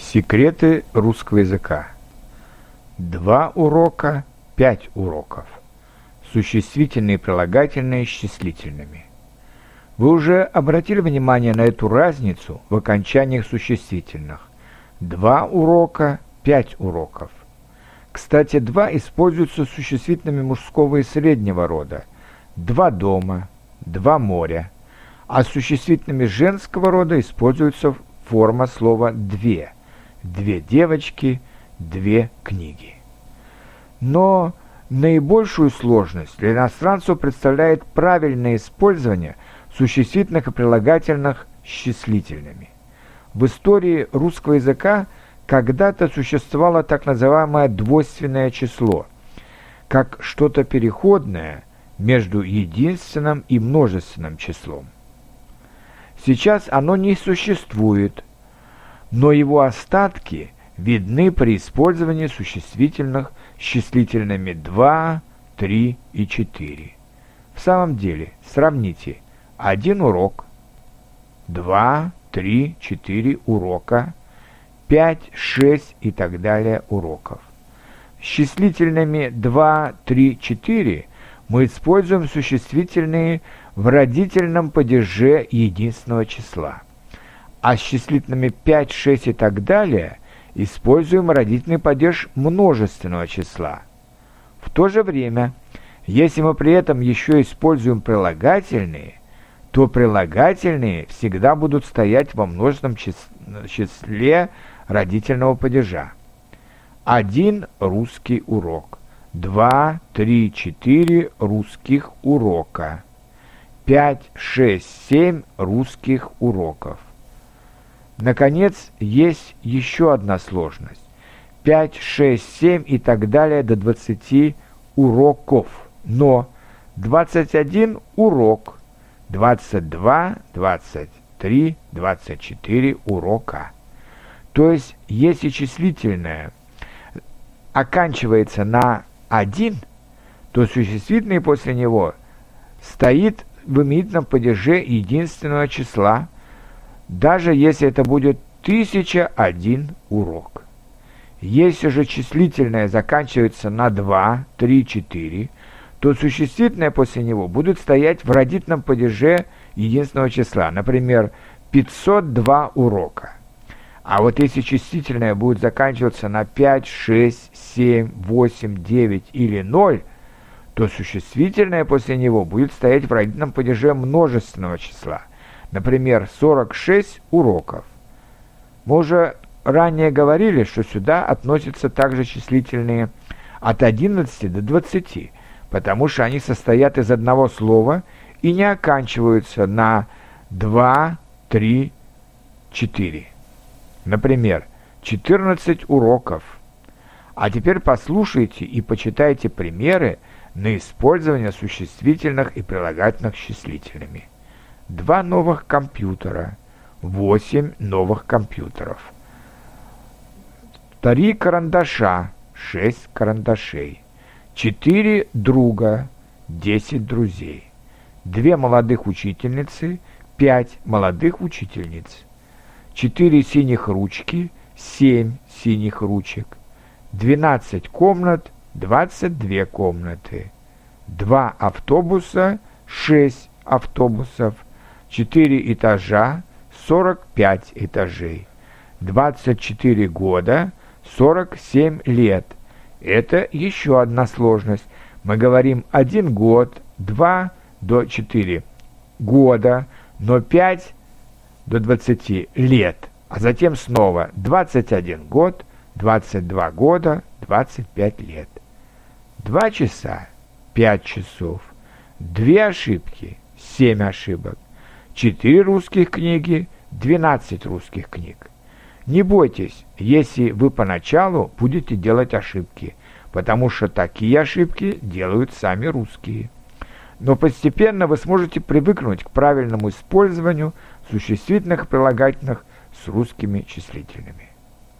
Секреты русского языка. 2 урока, 5 уроков. Существительные и прилагательные с числительными. Вы уже обратили внимание на эту разницу в окончаниях существительных? 2 урока, 5 уроков. Кстати, 2 используются существительными мужского и среднего рода. 2 дома, 2 моря. А существительными женского рода используется форма слова «две». 2 девочки, 2 книги. Но наибольшую сложность для иностранцев представляет правильное использование существительных и прилагательных с числительными. В истории русского языка когда-то существовало так называемое двойственное число, как что-то переходное между единственным и множественным числом. Сейчас оно не существует, но его остатки видны при использовании существительных с числительными 2, 3 и 4. В самом деле, сравните 1 урок, 2, 3, 4 урока, 5, 6 и так далее уроков. С числительными 2, 3, 4 мы используем существительные в родительном падеже единственного числа. А с числительными 5, 6 и так далее используем родительный падеж множественного числа. В то же время, если мы при этом еще используем прилагательные, то прилагательные всегда будут стоять во множественном числе родительного падежа. 1 русский урок, 2, 3, 4 русских урока, 5, 6, 7 русских уроков. Наконец, есть еще одна сложность. 5, 6, 7 и так далее до 20 уроков. Но 21 урок, 22, 23, 24 урока. То есть, если числительное оканчивается на 1, то существительное после него стоит в именительном падеже единственного числа, даже если это будет 1001 урок. Если же числительное заканчивается на 2, 3, 4, то существительное после него будет стоять в родительном падеже единственного числа, например, 502 урока. А вот если числительное будет заканчиваться на 5, 6, 7, 8, 9 или 0, то существительное после него будет стоять в родительном падеже множественного числа, например, 46 уроков. Мы уже ранее говорили, что сюда относятся также числительные от 11 до 20, потому что они состоят из одного слова и не оканчиваются на 2, 3, 4. Например, 14 уроков. А теперь послушайте и почитайте примеры на использование существительных и прилагательных с числительными. 2 новых компьютера, 8 новых компьютеров. 3 карандаша, 6 карандашей. 4 друга, 10 друзей. 2 молодых учительницы, 5 молодых учительниц. 4 синих ручки, 7 синих ручек. 12 комнат, 22 комнаты. 2 автобуса, 6 автобусов. 4 этажа, 45 этажей. 24 года, 47 лет. Это еще одна сложность. Мы говорим 1 год, 2 до 4 года, но 5 до 20 лет. А затем снова 21 год, 22 года, 25 лет. 2 часа, 5 часов. 2 ошибки, 7 ошибок. 4 русских книги, 12 русских книг. Не бойтесь, если вы поначалу будете делать ошибки, потому что такие ошибки делают сами русские. Но постепенно вы сможете привыкнуть к правильному использованию существительных и прилагательных с русскими числительными.